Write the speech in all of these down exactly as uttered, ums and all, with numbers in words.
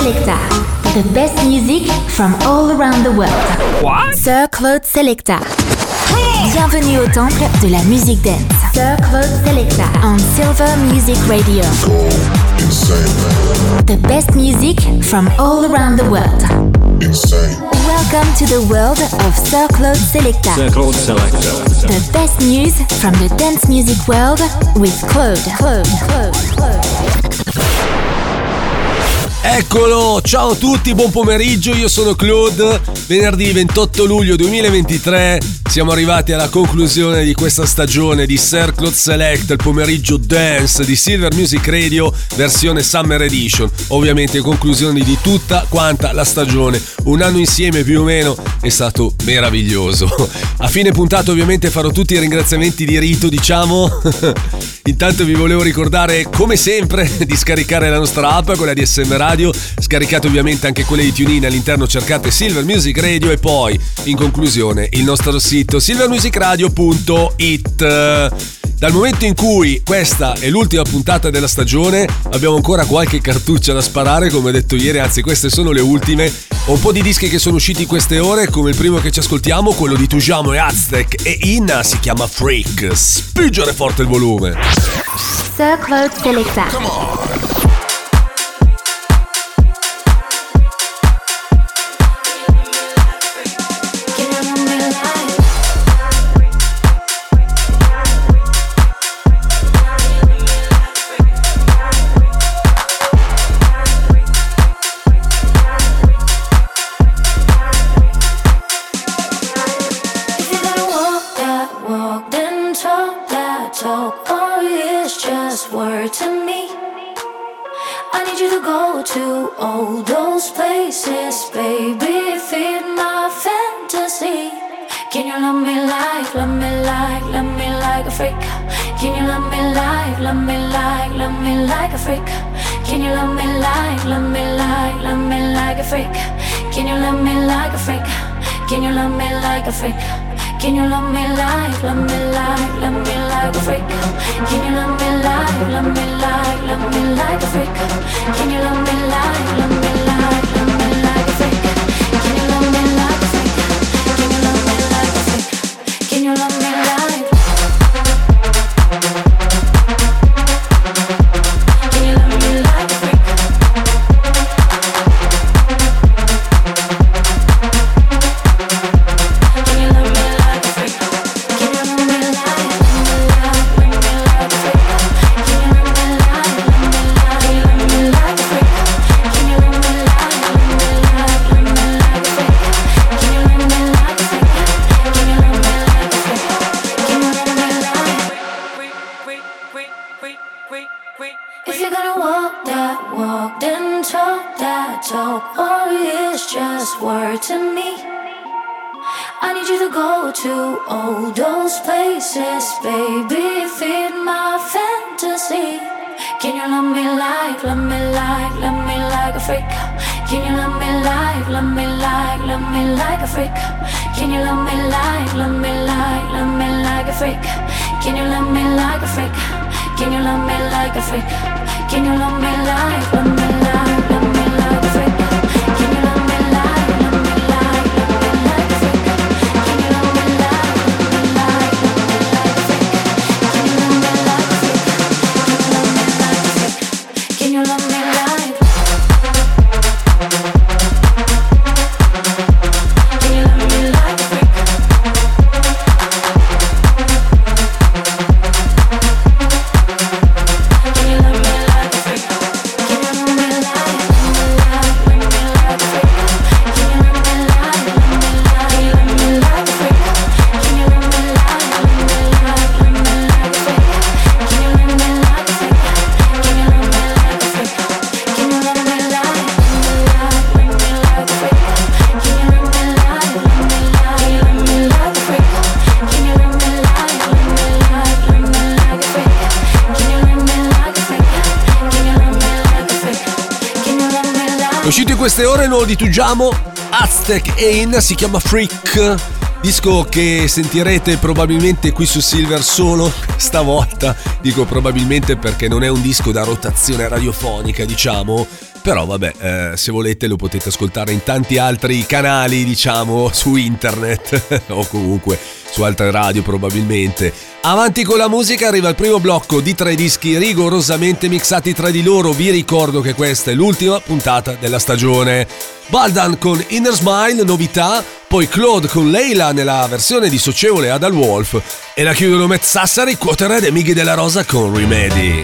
Selecta. The best music from all around the world. What? Sir Claude Selecta. Bienvenue au temple de la musique dance. Sir Claude Selecta on Silver Music Radio. Go insane. The best music from all around the world. Insane. Welcome to the world of Sir Claude Selecta. Sir Claude Selecta. The best news from the dance music world with Claude. Claude. Claude. Claude. Eccolo, ciao a tutti, buon pomeriggio, io sono Claude. Venerdì ventotto luglio duemilaventitré siamo arrivati alla conclusione di questa stagione di Sir Claude Select, il pomeriggio dance di Silver Music Radio versione Summer Edition. Ovviamente conclusione di tutta quanta la stagione, un anno insieme più o meno, è stato meraviglioso. A fine puntata ovviamente farò tutti i ringraziamenti di rito, diciamo. Intanto vi volevo ricordare come sempre di scaricare la nostra app, quella di S M Radio. Scaricate ovviamente anche quelle di TuneIn, all'interno cercate Silver Music Radio e poi in conclusione il nostro sito silver music radio punto it. Dal momento in cui questa è l'ultima puntata della stagione abbiamo ancora qualche cartuccia da sparare, come ho detto ieri, anzi queste sono le ultime. Ho un po' di dischi che sono usciti in queste ore, come il primo che ci ascoltiamo, quello di Tujamo e Aztec e Inna, si chiama Freak. Spingere forte il volume. Sir Claude Selecta. Come on. To all those places, baby, feed my fantasy. Can you love me like, love me like, love me like a freak? Can you love me like, love me like, love me like a freak? Can you love me like, love me like, love me like a freak? Can you love me like a freak? Can you love me like a freak? Can you love me like, love me like, love me like a freak? Can you love me like, love me like, love me like a freak? Can you love me like, love me like, love me like a freak? Can you love me like a freak? Can you love me like a freak? Can you love me like? Can you love me like a freak? To all those places, baby, feed my fantasy. Can you love me like, love me like, love me like a freak? Can you love me like, love me like, love me like a freak? Can you love me like, love me like, love me like a freak? Can you love me like a freak? Can you love me like a freak? Can you love me like, love me like, love me like a freak? Can you love me like, love me like, love me like a freak? Can you love me like, love me like, love me like a freak? Can you love me like a freak? Can you love me like? Can you love me like a freak? Can you love me like a freak? Can you love me like, love me like, love me like a freak? Can you love me like, love me like, love me like a freak? Can you love me like, love me like, love me like a freak? Can you love me like a freak? Can you love me like a freak? Can you love me like, love me like, love me like a freak? Can you love me like, love me like, love me like a freak? Can you love me like, love me like, love me like a freak? Can you love me like a freak? Can you love me like a freak? Can you love me like? È uscito in queste ore il nuovo di Tujamo, Aztec e Inna, si chiama Freak. disco che sentirete probabilmente qui su Silver solo stavolta. Dico probabilmente perché non è un disco da rotazione radiofonica, diciamo. Però vabbè, eh, se volete lo potete ascoltare in tanti altri canali, diciamo, su internet o comunque su altre radio probabilmente. Avanti con la musica, arriva il primo blocco di tre dischi rigorosamente mixati tra di loro. Vi ricordo che questa è l'ultima puntata della stagione. Baldan con Inner Smile, novità, poi Claude con Leila nella versione dissocievole Adal Wolf e la chiudono Matt Sassari, Quotered e Miggy Della Rosa con Remedy.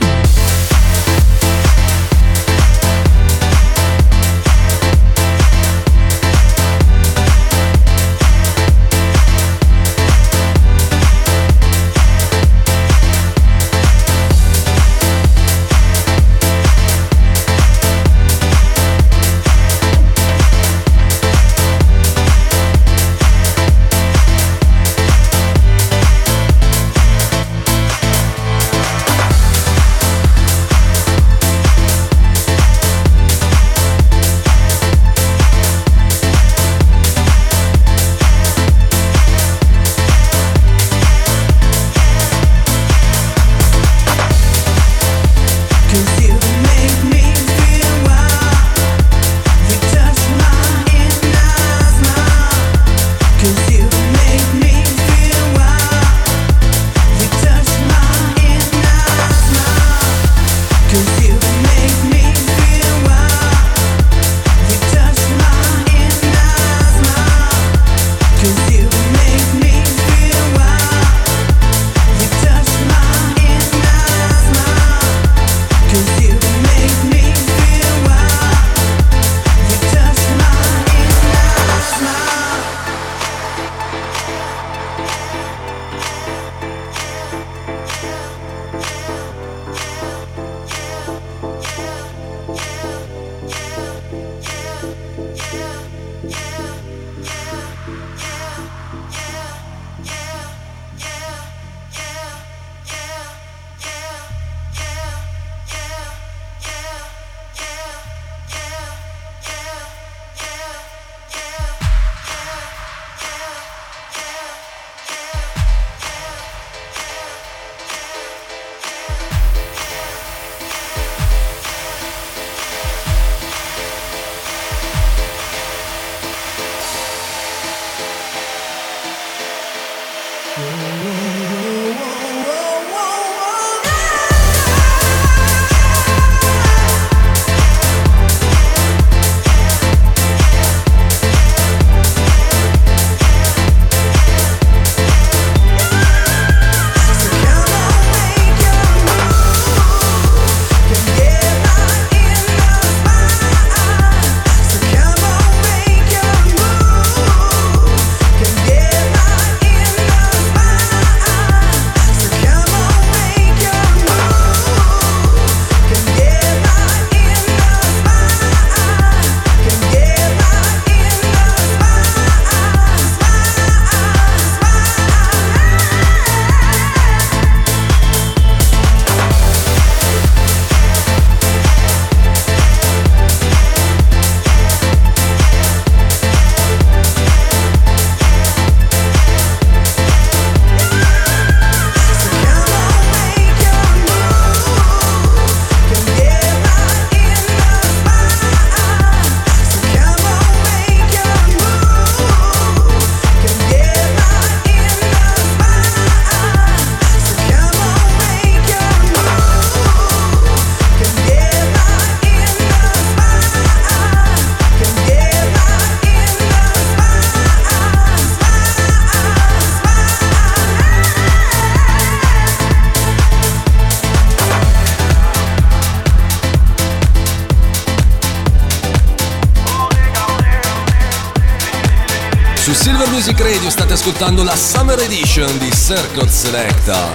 Su Silver Music Radio state ascoltando la Summer Edition di Circle Selecta.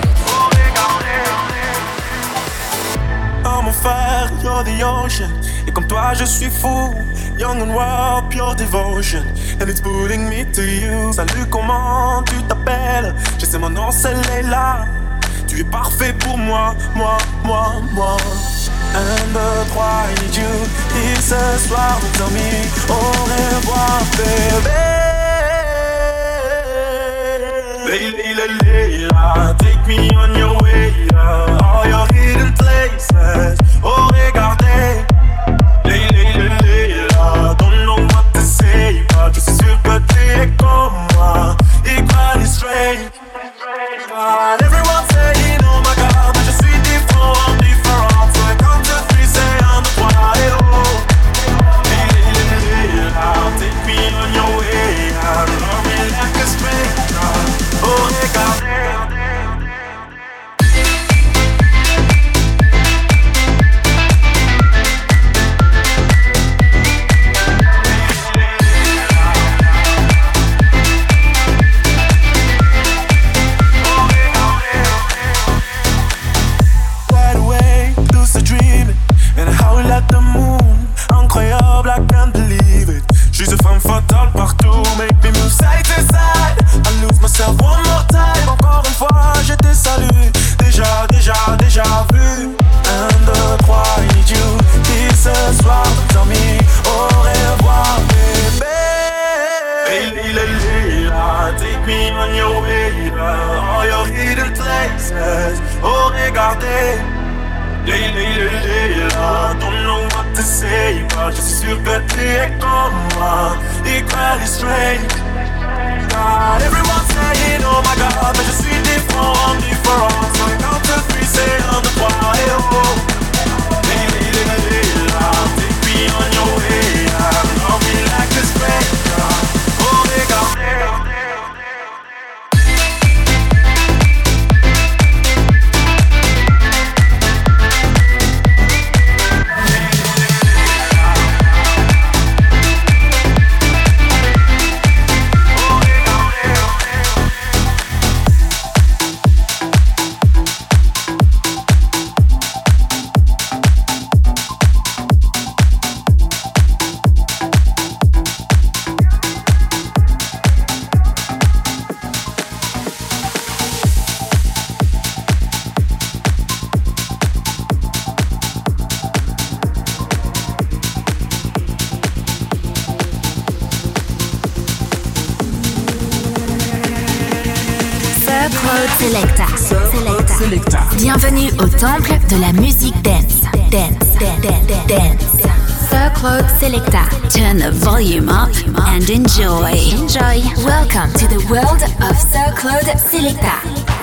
Oh mon frère, you're the ocean. Et comme toi je suis fou. Young and wild, pure devotion. And it's pulling me to you. Salut, comment tu t'appelles? Je sais mon nom, c'est Leila. Tu es parfait pour moi, moi, moi, moi. Un, deux, trois, I need you. Et ce soir, nos amis, au revoir, bébé. Lately, lately, take me on your way, all your hidden places. Oh, regardez. Lately, lately, don't know what to say, but je suis sûr que tu es comme moi, equally strange. But everyone saying, oh my God, but je suis différent, différent. So I count to three, say I'm the quiet, oh. Lately, lately, take me on your way, love me like a stranger. Oh, regardez. Incroyable, I can't believe it. She's a femme fatale partout, make me move side to side. I lose myself one more time. Encore une fois, je te salue. Déjà, déjà, déjà vu. Un, deux, trois, I need you. Et ce soir, tell me au revoir, baby. Hey, Leila, take me on your way, all your hidden places. Oh, regardez. Lay, lay, lay, lay, là, don't know what to say, but je suis sûr que tu es comme moi, equally strange. God, everyone's saying, oh my God, mais je suis différent, différent. So I count to three, say I'm the quiet, oh. Lay, lay, lay, lay, là, take me on your way, love me like a stranger. Oh, regardez. Selecta. Selecta. Selecta. Bienvenue au temple de la musique dance. Dance. Dance. Dance. Sir Claude Selecta. Turn the volume up and enjoy. Enjoy. Welcome to the world of Sir Claude Selecta.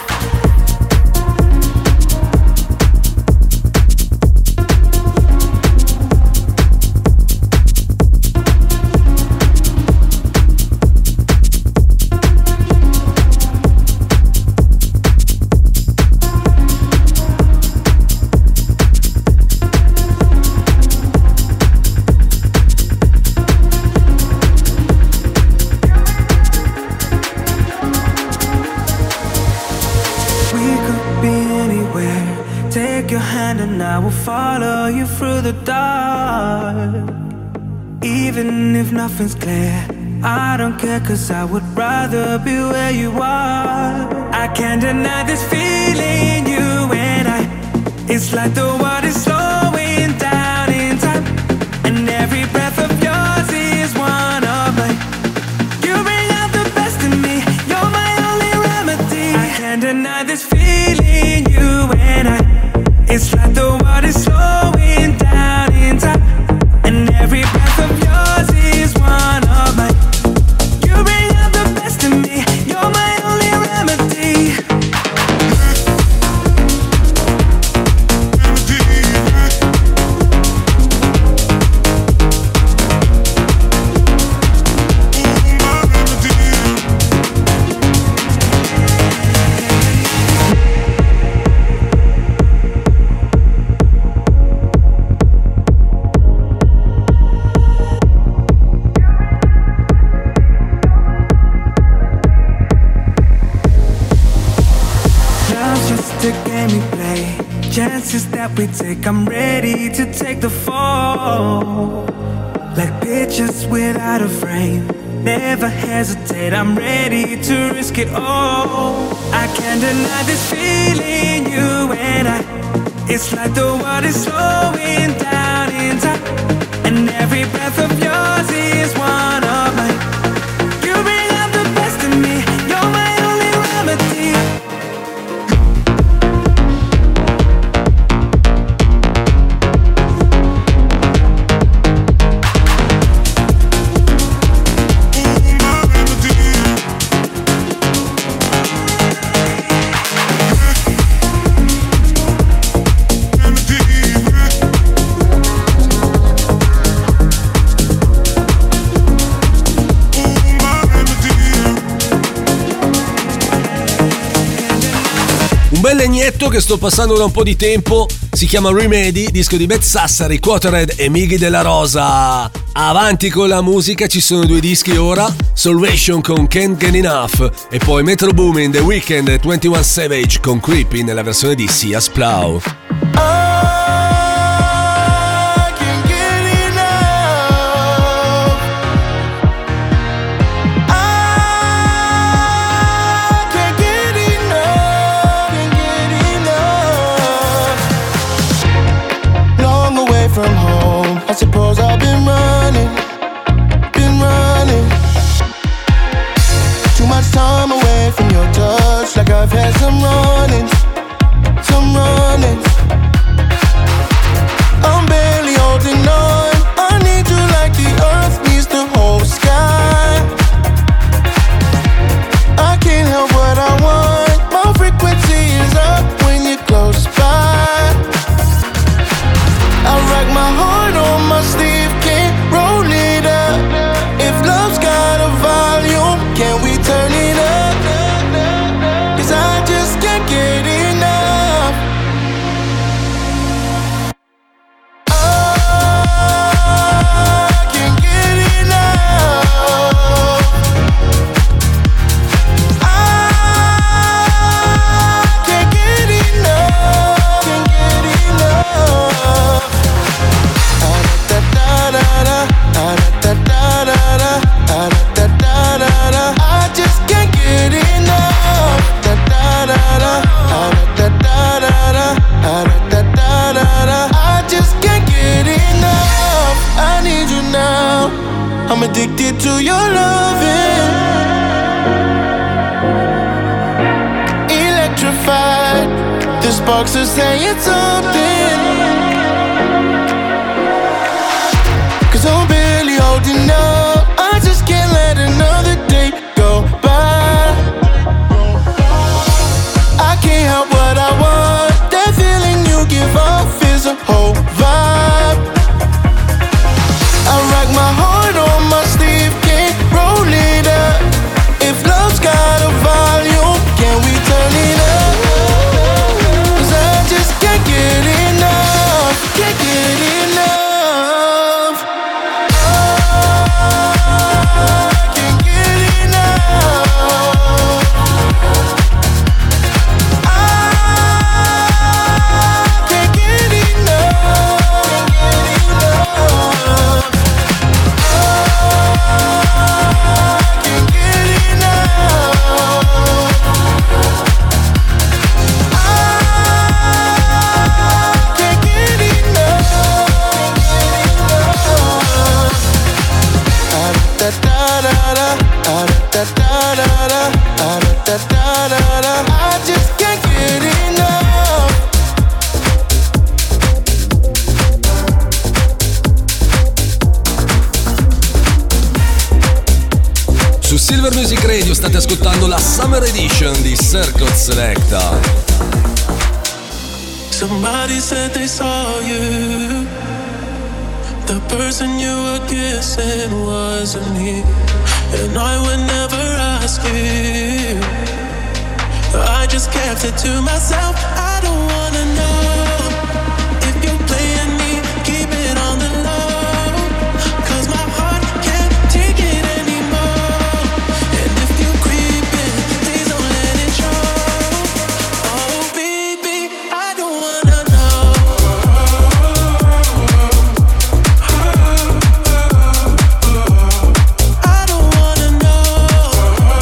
I will follow you through the dark. Even if nothing's clear, I don't care, cause I would rather be where you are. I can't deny this feeling, you and I. It's like the world is slowing down in time, and every breath of yours is one of mine. You bring out the best in me, you're my only remedy. I can't deny this feeling, you and I. It's like the world is slowing down in time, and every breath of yours is one of mine. You bring out the best in me, you're my only remedy. Chances that we take, I'm ready to take the fall. Like pictures without a frame, never hesitate, I'm ready to risk it all. I can't deny this feeling, you and I. It's like the world is slowing down in time, and every breath of yours is one of mine. You bring out the best in me, you're my only remedy. legnetto che sto passando da un po' di tempo, si chiama Remedy, disco di Beth Sassari, Quaterhead e Miggy Della Rosa. Avanti con la musica, ci sono due dischi ora, Salvation con Can't Get Enough e poi Metro Boomin, The Weeknd e ventuno Savage con Creepy nella versione di Sia Splau. I suppose I've been running, been running. Too much time away from your touch, like I've had some running, some running. I'm barely holding on, I need you like the earth needs the whole sky. I can't help what I want, my frequency is up when you're close by. I rock my heart on my sleeve, can't roll it up. If love's got a volume, can we turn it up? 'Cause I just can't get enough. I can't get enough. I can't get enough, can't get enough. I just can't get enough. I just can't get enough. I need you now. I'm addicted to your loving. Electrified. The sparks are saying something. 'Cause I'm barely holding up. I just can't let another day go by. I can't help what I want. That feeling you give off is a whole vibe. I rock my heart on my sleeve, can't roll it up. If love's got a volume, can we turn it up? 'Cause I just can't get enough, can't get enough. I just can't get enough. Su Silver Music Radio state ascoltando la Summer Edition di Circle Selecta. Somebody said they saw you. The person you were kissing wasn't me, and I would never ask you. I just kept it to myself. I don't wanna know if you're playing me. Keep it on the low, 'cause my heart can't take it anymore. And if you're creeping, please don't let it show. Oh baby, I don't wanna know. I don't wanna know.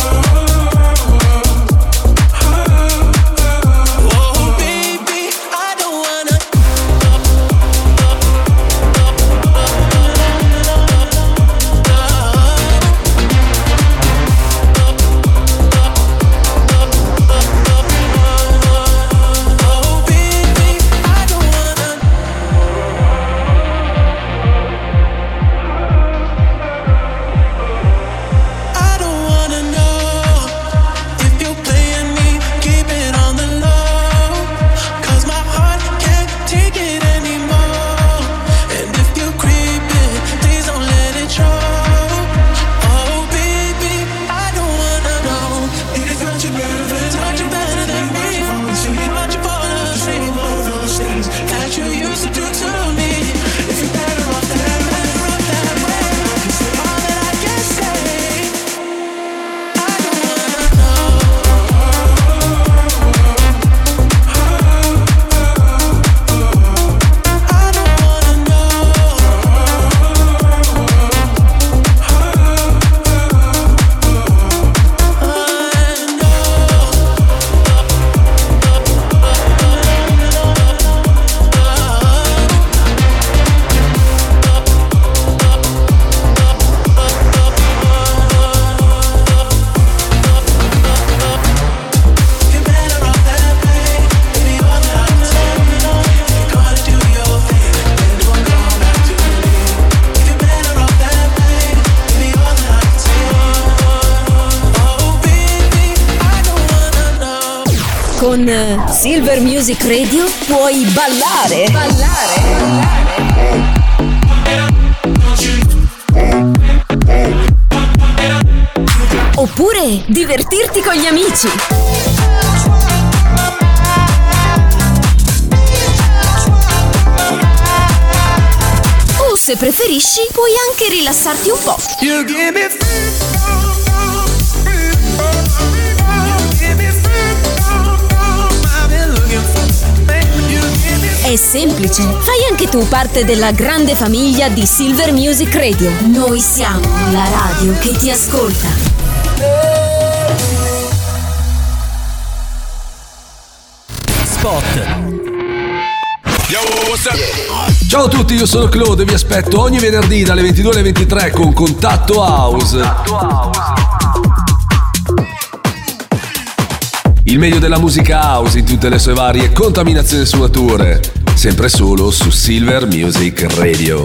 Oh baby, I Con eh, Silver Music Radio puoi ballare. Ballare. Ballare. Oppure divertirti con gli amici. O se preferisci puoi anche rilassarti un po'. È semplice, fai anche tu parte della grande famiglia di Silver Music Radio. Noi siamo la radio che ti ascolta. Spot. Ciao a tutti, io sono Claude e vi aspetto ogni venerdì dalle ventidue alle ventitré con Contatto House. Il meglio della musica house in tutte le sue varie contaminazioni e sfumature, sempre solo su Silver Music Radio.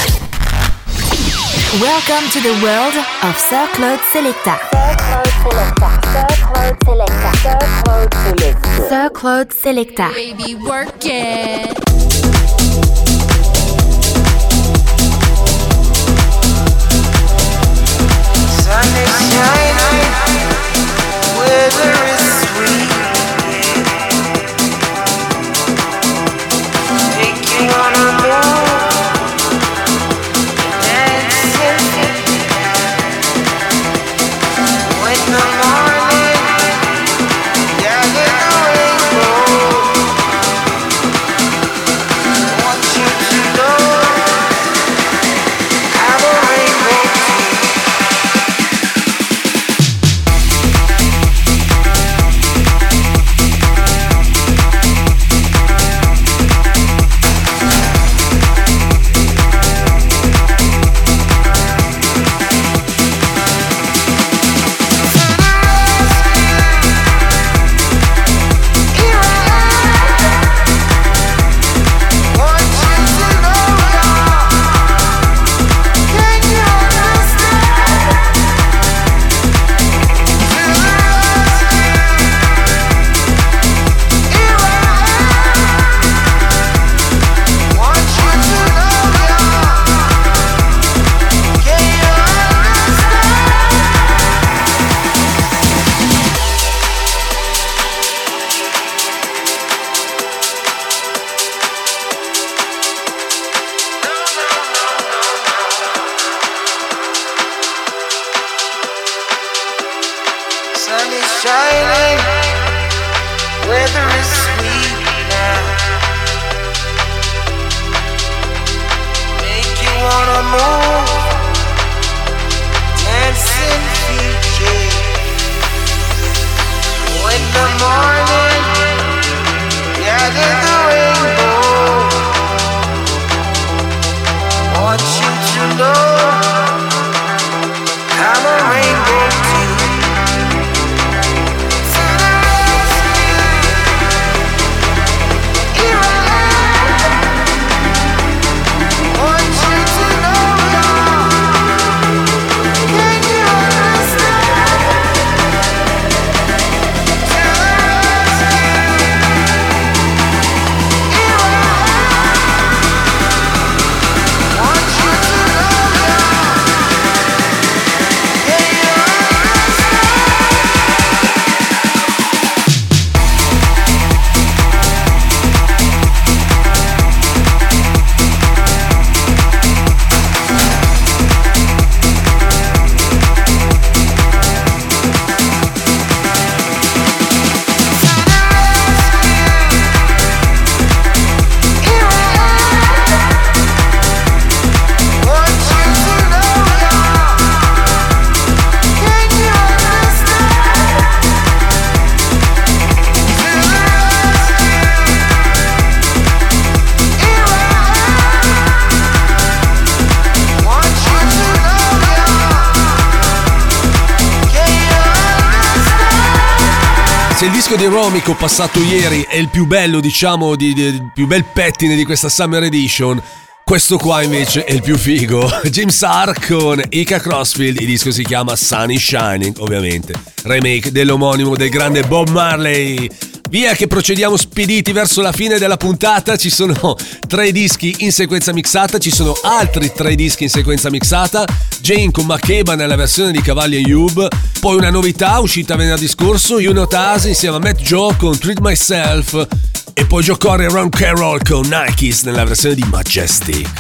Welcome to the world of Sir Claude Selecta. Sir Claude Selecta. Baby, work it. Sun is shining, weather is sweet. Take you on a move, dancing. When the morning gather the rainbow, want you to know I'm a rainbow too. Sun is shining, weather is sweet now. Make you wanna move, dancing feet, yeah. When the morning gather the rainbow, want you to know I'm a rainbow too. Se il disco di Romy che ho passato ieri è il più bello, diciamo, di, di, il più bel pettine di questa Summer Edition, questo qua invece è il più figo. James Hart con Ika Crossfield, il disco si chiama Sun is Shining, ovviamente remake dell'omonimo del grande Bob Marley. Via che procediamo spediti verso la fine della puntata. Ci sono tre dischi in sequenza mixata, ci sono altri tre dischi in sequenza mixata. Jane con Makeba nella versione di Cavalli e Youb, poi una novità uscita venerdì scorso, You Not Us insieme a Matt Joe con Treat Myself, e poi Joe Corey e Ron Carroll con Nikes nella versione di Majestic.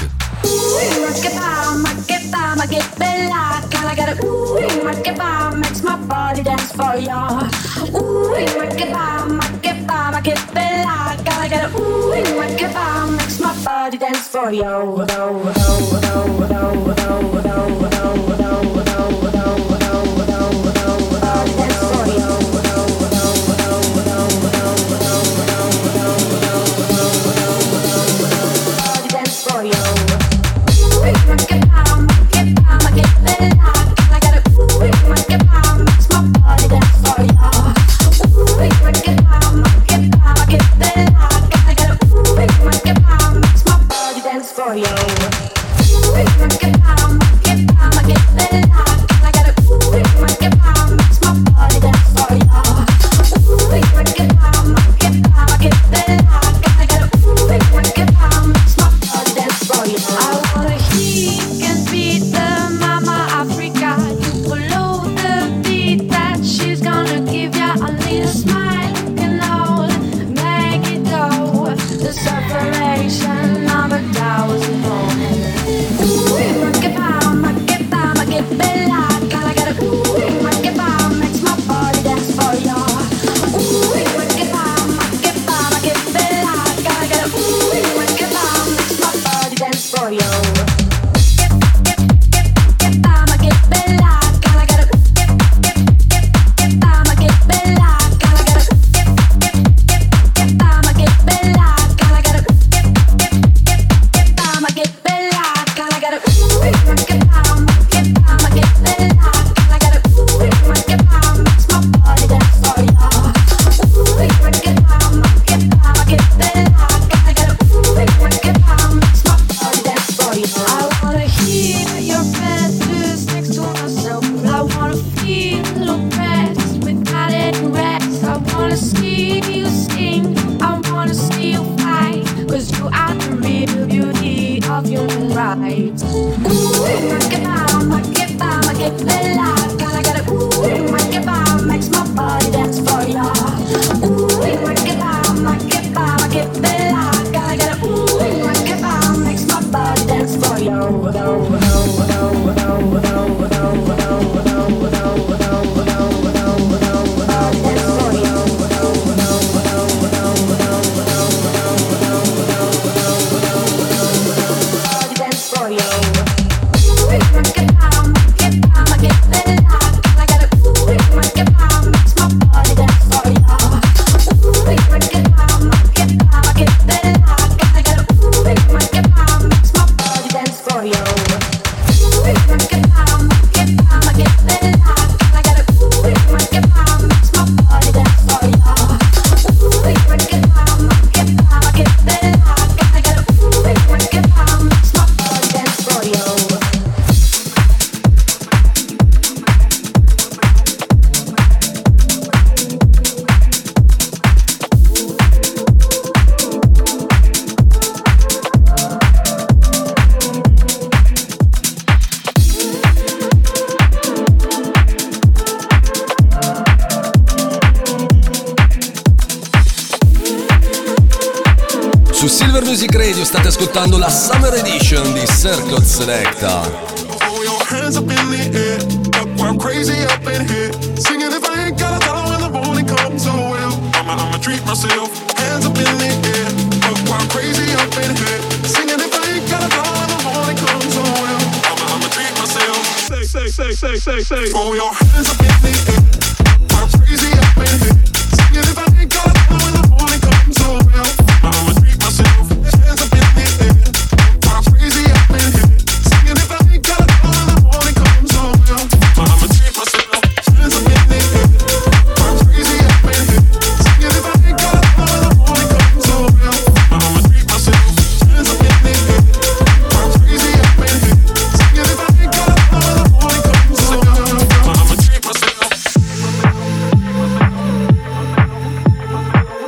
State ascoltando la Summer Edition di Circle Selecta. Throw your hands up in the air, up I'm crazy up in here. Singing if I ain't got a dollar when the morning comes, oh well. I'ma, I'ma treat myself. Hands up in the air, up I'm crazy up in here. Singing if I ain't got a dollar when the morning comes, oh well. I'ma, I'ma treat myself. Say, say, say, say, say, say. Throw your hands up in the air, I'm crazy up in here. Singing if I ain't got a dollar when the morning comes, oh well. I'ma, I'ma treat myself. Hands up in the air, I'm crazy up in here. Singing if I ain't got a dollar when the morning comes, oh well. I'ma treat myself. Hands up in the air, I'm crazy up in here. Singing if I ain't got a dollar when the morning comes, oh well. I'ma treat myself. Hands up in the air, I'm crazy up in here. Singing if I ain't got a dollar when the morning comes, oh well. I'ma treat myself.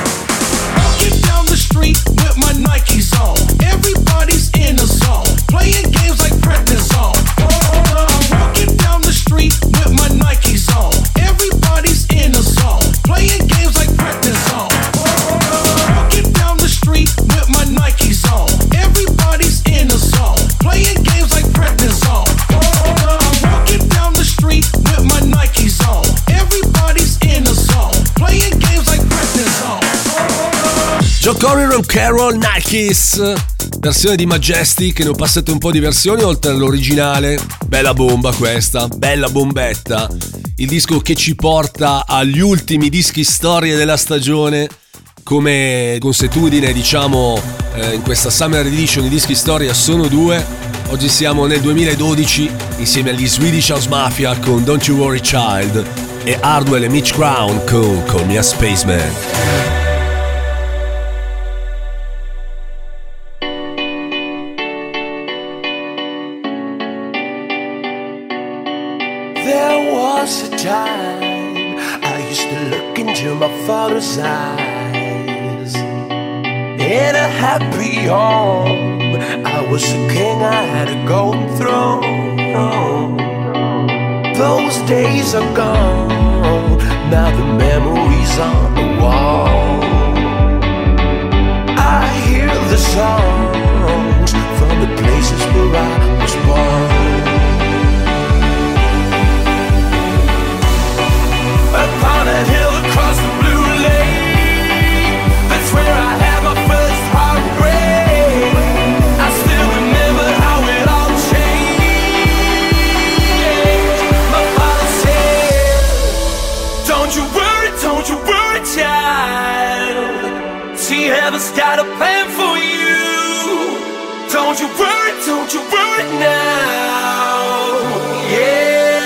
Joe Cocker and Carol Nikes, versione di Majestic, che ne ho passate un po' di versioni oltre all'originale. Bella bomba questa, bella bombetta. Il disco che ci porta agli ultimi dischi storia della stagione. Come consuetudine, diciamo, eh, in questa Summer Edition i dischi storia sono due. Oggi siamo nel duemiladodici insieme agli Swedish House Mafia con Don't You Worry Child e Hardwell e Mitch Crown con Call Me a Spaceman. There was a time I used to look into my father's eyes. In a happy home, I was a king, I had a golden throne. Those days are gone, now the memories on the wall. I hear the songs from the places where I was born. Upon a hill across the blue lake, that's where I had my first heartbreak. I still remember how it all changed. My father said, don't you worry, don't you worry, child. See, heaven's got a plan for you. Don't you worry, don't you worry now. Yeah.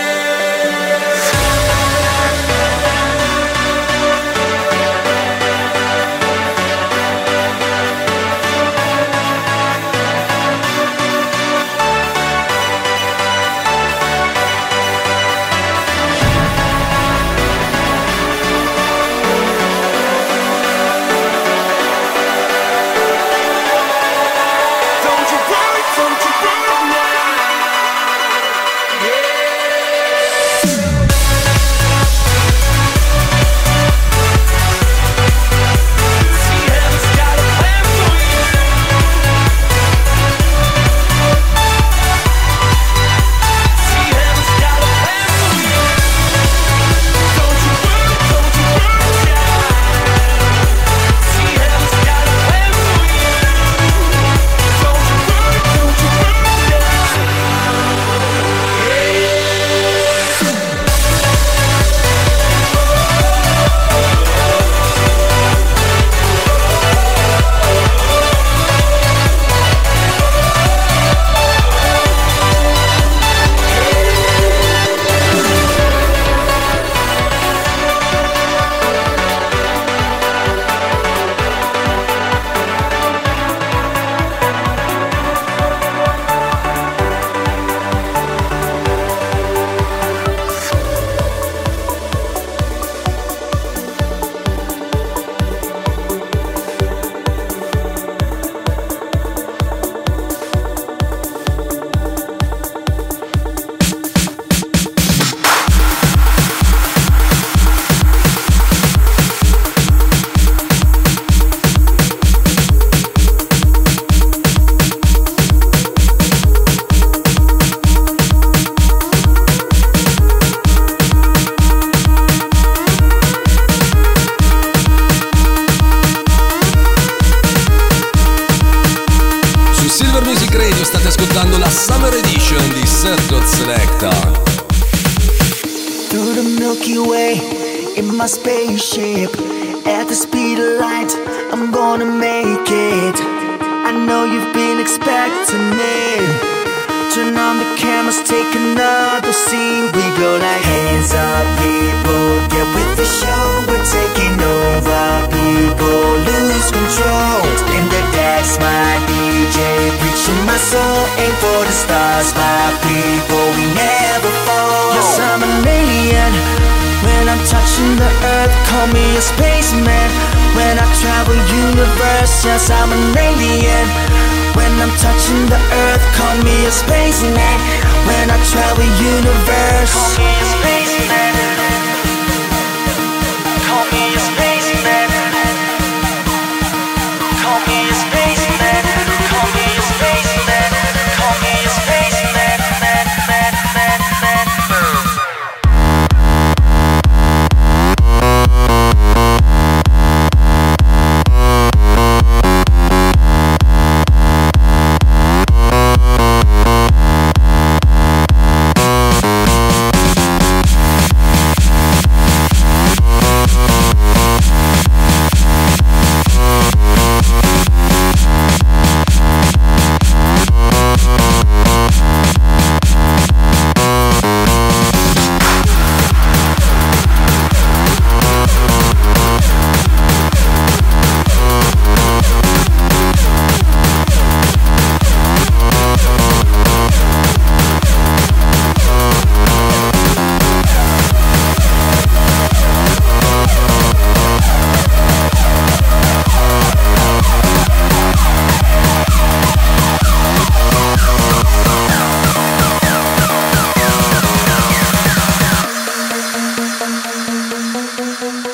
My spaceship at the speed of light, I'm gonna make it. I know you've been expecting me. Turn on the cameras, take another scene. We go like hands up, people, get with the show. We're taking over, people lose control. In the decks, my D J preaching my soul. Aim for the stars, my people, we never fall. Yes, I'm an alien. When I'm touching the earth, call me a spaceman. When I travel universe, yes, I'm an alien. When I'm touching the earth, call me a spaceman. When I travel universe, call me a spaceman. Call me a spaceman. Call me a spaceman. Call me a spaceman. Call me a spaceman. Man, man, man, man, man.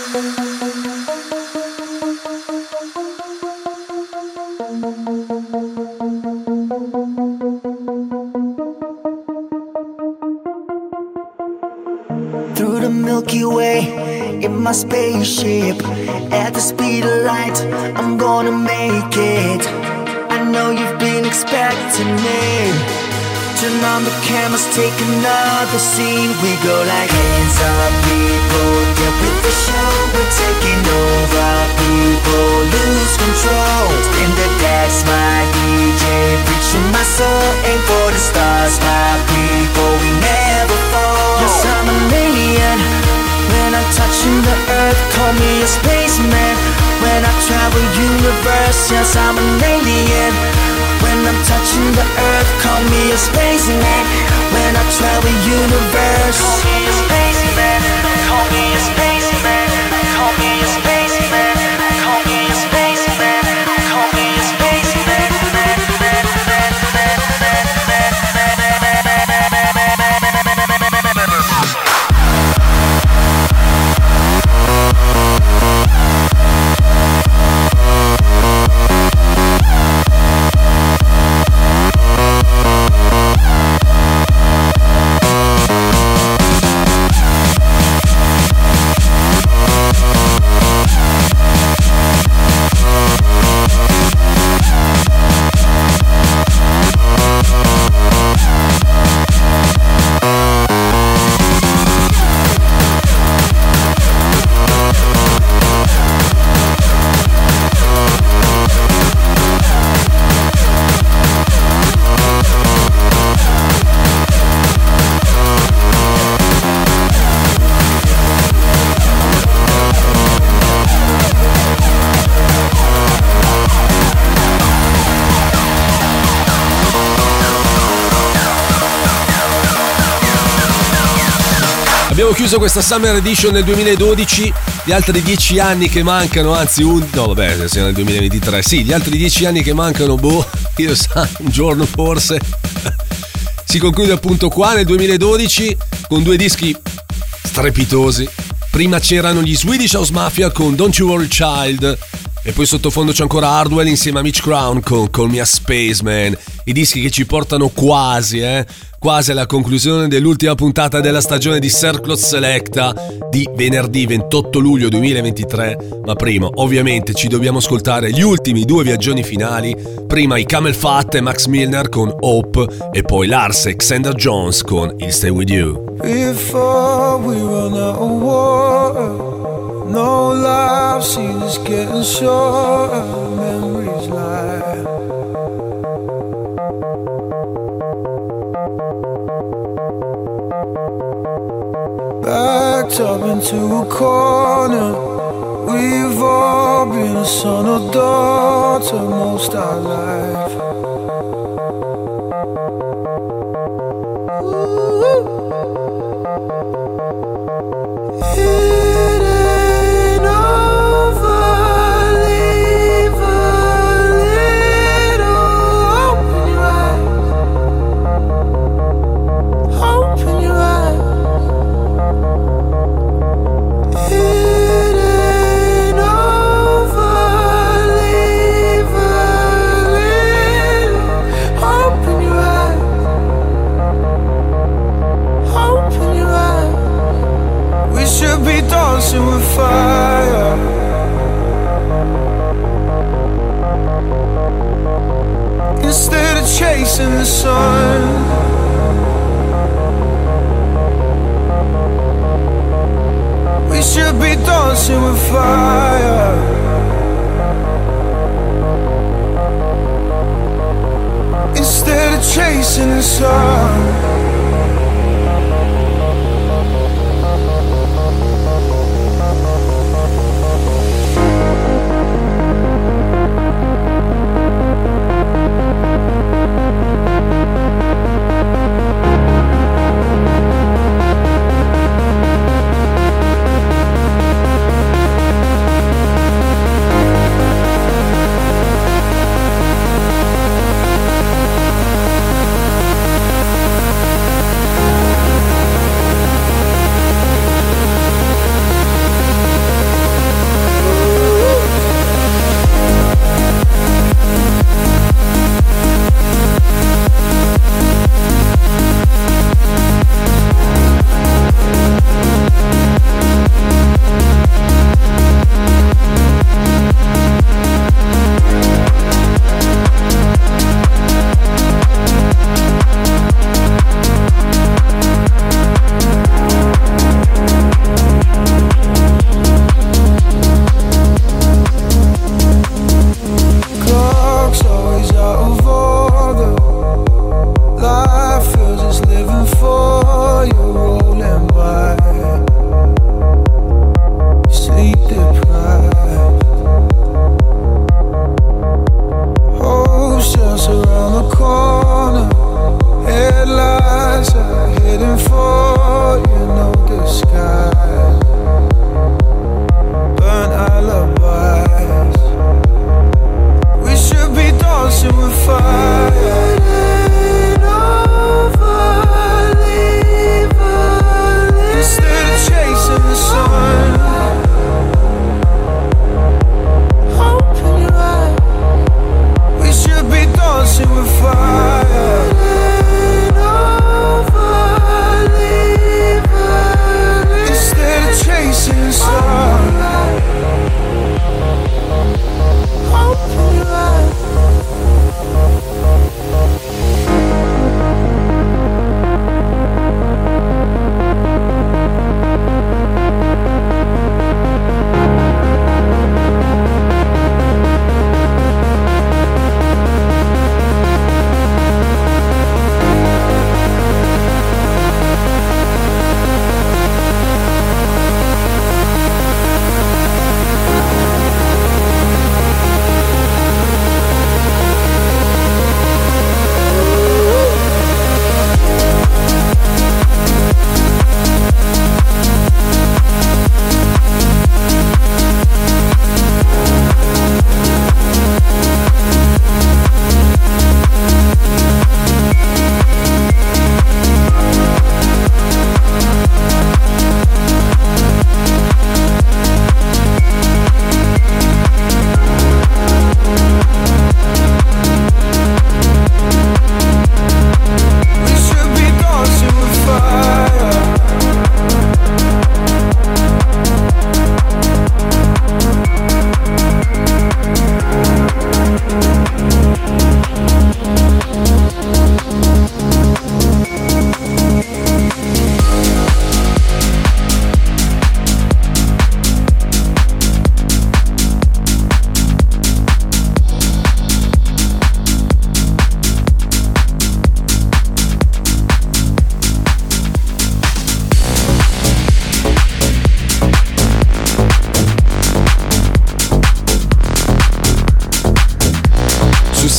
Through the Milky Way, in my spaceship, at the speed of light, I'm gonna make it. I know you've been expecting me. Turn on the cameras, take another scene. We go like hands up, people, get with the show. We're taking over, people lose control. In the decks, my D J, preaching my soul. Aim for the stars, my people, we never fall. Yes, I'm an alien. When I'm touching the earth, call me a spaceman. When I travel universe, yes, I'm an alien. When I'm touching the earth, call me a spaceman. When I travel universe, call me a spaceman. Call me a spaceman. Call me a spaceman. Call me a spaceman. Call me a spaceman. Abbiamo chiuso questa Summer Edition nel duemiladodici, gli altri dieci anni che mancano, anzi un... no vabbè, siamo nel duemilaventitré, sì, gli altri dieci anni che mancano, boh, io sa, un giorno forse, si conclude appunto qua nel duemiladodici con due dischi strepitosi. Prima c'erano gli Swedish House Mafia con Don't You Worry Child, e poi sottofondo c'è ancora Hardwell insieme a Mitch Crown con Call Me a Spaceman, i dischi che ci portano quasi, eh, quasi alla conclusione dell'ultima puntata della stagione di Circlot Selecta di venerdì ventotto luglio duemilaventitré, ma prima ovviamente ci dobbiamo ascoltare gli ultimi due viaggioni finali, prima i Camel Fat e Max Milner con Hope e poi Lars e Xander Jones con I'll Stay With You. Before we run out of water, no life seems getting shorter, memories lie. Backed up into a corner, we've all been a son or daughter most our life. Ooh. It ain't over, leave a little hope in your eyes, hope in your eyes. It ain't over, leave a little hope in your eyes, hope in your eyes. We should be dancing with fire. Instead of chasing the sun, we should be dancing with fire. Instead of chasing the sun.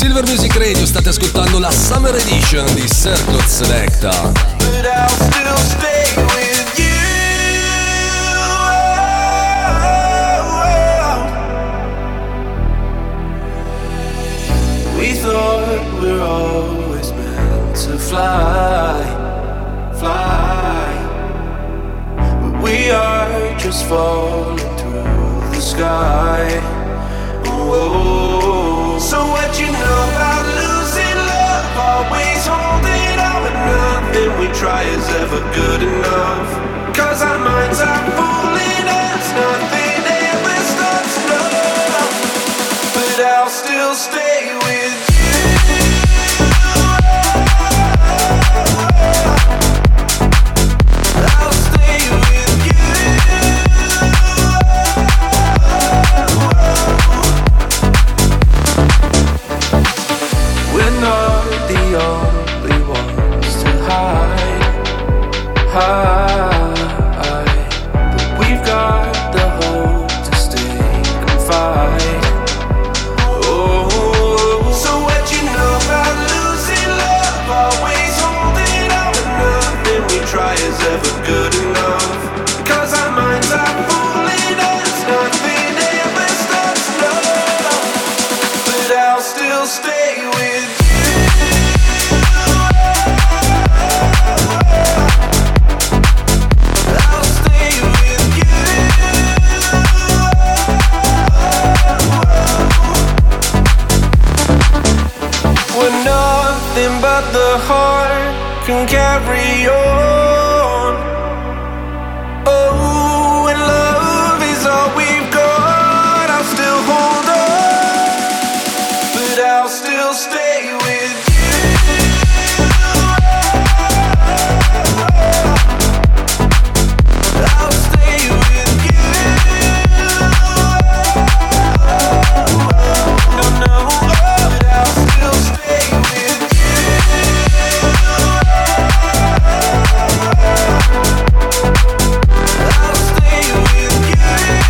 Silver Music Radio, state ascoltando la Summer Edition di Circle Selecta. But I'll still stay with you. We thought we were always meant to fly, fly. But we are just falling through the sky. Whoa. So what you know about losing love? Always holding on, but nothing we try is ever good enough. Cause our minds are fooling us, nothing ever stops, no. But I'll still stay with you. I'll stay with you. We're not the only ones to hide, hide. But we've got the hope to stay confined. Oh, so what you know about losing love? Always holding on, but nothing we try is ever good enough. Cause our minds are fooling us, nothing ever stops, no. But I'll still stay with you. I'll stay with you. When nothing but the heart can carry on. Oh, when love is all we've got, I'll still hold on. But I'll still stay with you. I'll stay with you. No, no, but I'll still stay with you. I'll stay with you.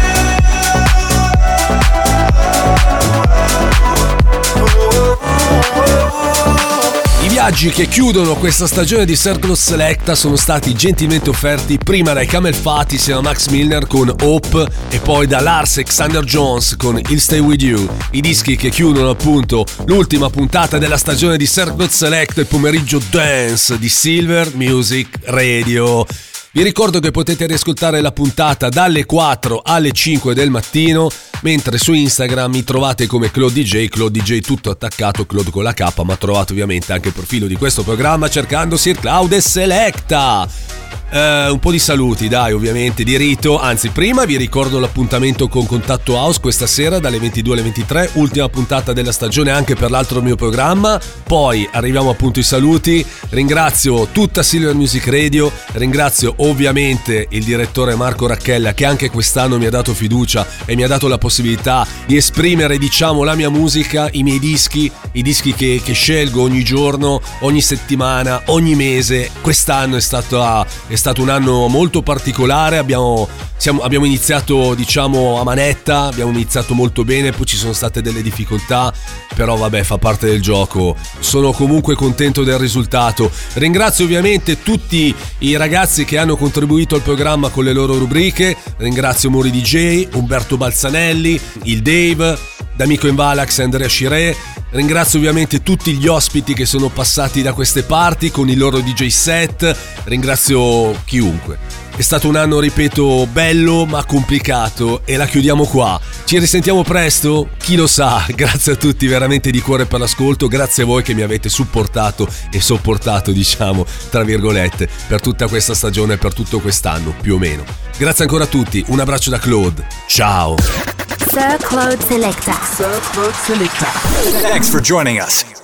I viaggi che chiudono questa stagione di Circle Selecta sono stati gentilmente offerti prima dai Camel Fat insieme a Max Milner con Hope e poi da Lars Alexander Jones con I'll Stay With You, i dischi che chiudono appunto l'ultima puntata della stagione di Circle Select, il pomeriggio dance di Silver Music Radio. Vi ricordo che potete riascoltare la puntata dalle quattro alle cinque del mattino, mentre su Instagram mi trovate come Claude D J, Claude D J tutto attaccato, Claude con la K, ma trovate ovviamente anche il profilo di questo programma cercando Sir Claude Selecta. Uh, un po' di saluti, dai, ovviamente di rito. Anzi, prima vi ricordo l'appuntamento con Contatto House questa sera dalle ventidue alle ventitré, ultima puntata della stagione anche per l'altro mio programma. Poi arriviamo appunto ai saluti. Ringrazio tutta Silver Music Radio, ringrazio ovviamente il direttore Marco Racchella che anche quest'anno mi ha dato fiducia e mi ha dato la possibilità di esprimere, diciamo, la mia musica, i miei dischi, i dischi che, che scelgo ogni giorno, ogni settimana, ogni mese. Quest'anno è stato a È stato un anno molto particolare, abbiamo, siamo, abbiamo iniziato diciamo a manetta, abbiamo iniziato molto bene, poi ci sono state delle difficoltà, però vabbè, fa parte del gioco. Sono comunque contento del risultato. Ringrazio ovviamente tutti i ragazzi che hanno contribuito al programma con le loro rubriche, ringrazio Mori D J, Umberto Balzanelli, il Dave, D'Amico Invalax e Andrea Scirè. Ringrazio ovviamente tutti gli ospiti che sono passati da queste parti con i loro D J set, ringrazio chiunque. È stato un anno, ripeto, bello ma complicato e la chiudiamo qua. Ci risentiamo presto? Chi lo sa? Grazie a tutti veramente di cuore per l'ascolto, grazie a voi che mi avete supportato e sopportato, diciamo, tra virgolette, per tutta questa stagione, per tutto quest'anno, più o meno. Grazie ancora a tutti, un abbraccio da Claude, ciao! Sir Claude Selecta. Sir Claude Selecta. Thanks for joining us.